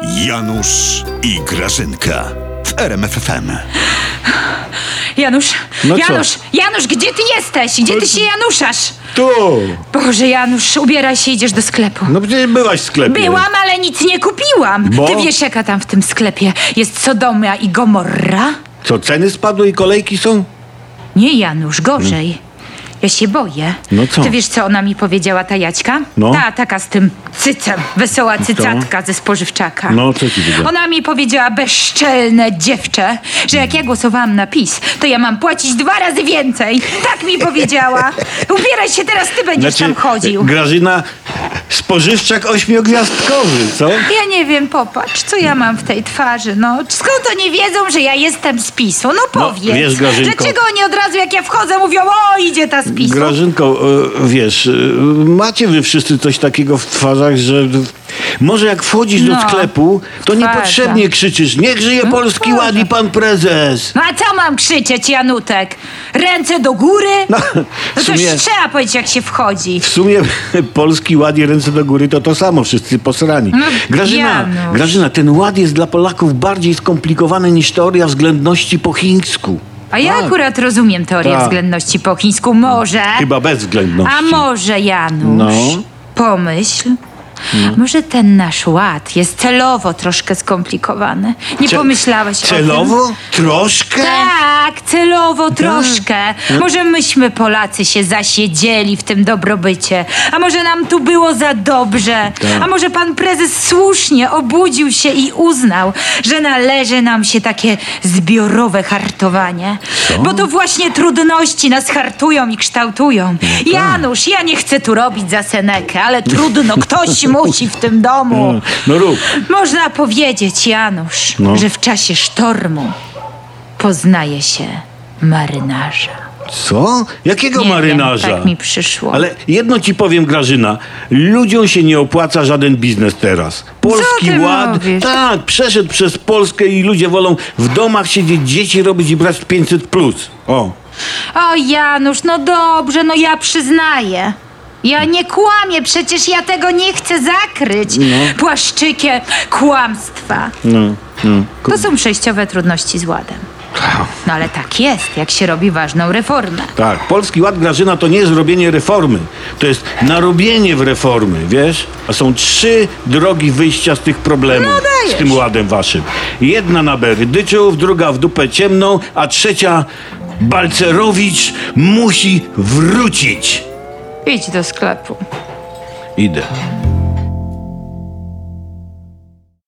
Janusz i Grażynka w RMF FM. Janusz, No co? Janusz, gdzie ty jesteś? Gdzie ty się januszasz? Tu! Boże, Janusz, ubieraj się, idziesz do sklepu. No przecież byłaś w sklepie. Byłam, ale nic nie kupiłam. Bo? Ty wiesz, jaka tam w tym sklepie jest Sodoma i Gomorra? Co, ceny spadły i kolejki są? Nie, Janusz, gorzej. Ja się boję. No co? Ty wiesz, co ona mi powiedziała, ta Jaćka? No. Ta, taka z tym cycem, wesoła cycatka ze spożywczaka. No, co ci powiedziała? Ona mi powiedziała, bezczelne dziewczę, że jak ja głosowałam na PiS, to ja mam płacić 2 razy więcej. Tak mi powiedziała. Ubieraj się teraz, ty będziesz tam chodził. Grażyna, spożywczak 8-gwiazdkowy, co? Ja nie wiem, popatrz, co ja mam w tej twarzy, no. Skąd oni wiedzą, że ja jestem z PiS-u? No powiedz. wiesz, Grażynko- Dlaczego oni od razu, jak ja wchodzę, mówią, o, idzie ta z PiS-u? Grażynko, wiesz, macie wy wszyscy coś takiego w twarzach, że może jak wchodzisz do No, sklepu, to twarza. niepotrzebnie krzyczysz, niech żyje Polski twarza. Ład i pan prezes. No a co mam krzyczeć, Janutek? Ręce do góry? No, No w coś sumie- trzeba powiedzieć, jak się wchodzi. W sumie Polski Ład i ręce do góry to samo, wszyscy posrani. No, Grażyna, Janusz. ten ład jest dla Polaków bardziej skomplikowany niż teoria względności po chińsku. A ja Tak. akurat rozumiem teorię Tak. względności po chińsku. Może. Chyba bezwzględności. A może, Janusz, No. pomyśl. Może ten nasz ład jest celowo troszkę skomplikowany. Nie pomyślałeś o tym? Celowo? Troszkę? Tak, celowo troszkę. Może myśmy Polacy się zasiedzieli w tym dobrobycie. A może nam tu było za dobrze. Tak. A może pan prezes słusznie obudził się i uznał, że należy nam się takie zbiorowe hartowanie. Bo to właśnie trudności nas hartują i kształtują. Janusz, ja nie chcę tu robić za Senekę, ale trudno, ktoś musi w tym domu. No rób. Można powiedzieć, Janusz, No. że w czasie sztormu poznaje się marynarza. Co? Jakiego Nie marynarza? Wiem, tak mi przyszło. Ale jedno ci powiem, Grażyna. Ludziom się nie opłaca żaden biznes teraz. Polski ty Ład, mówisz? tak, przeszedł przez Polskę i ludzie wolą w domach siedzieć, dzieci robić i brać 500+. O. O, Janusz, no dobrze, no ja przyznaję. Ja nie kłamię, przecież ja tego nie chcę zakryć płaszczykiem kłamstwa. No. To są przejściowe trudności z Ładem. No ale tak jest, jak się robi ważną reformę. Tak, Polski Ład, Grażyna, to nie jest robienie reformy. To jest narobienie w reformy, wiesz? A są 3 drogi wyjścia z tych problemów. No dajesz. Z tym ładem waszym. Jedna na Berydyczów, druga w dupę ciemną, a trzecia Balcerowicz musi wrócić. Idź do sklepu. Idę.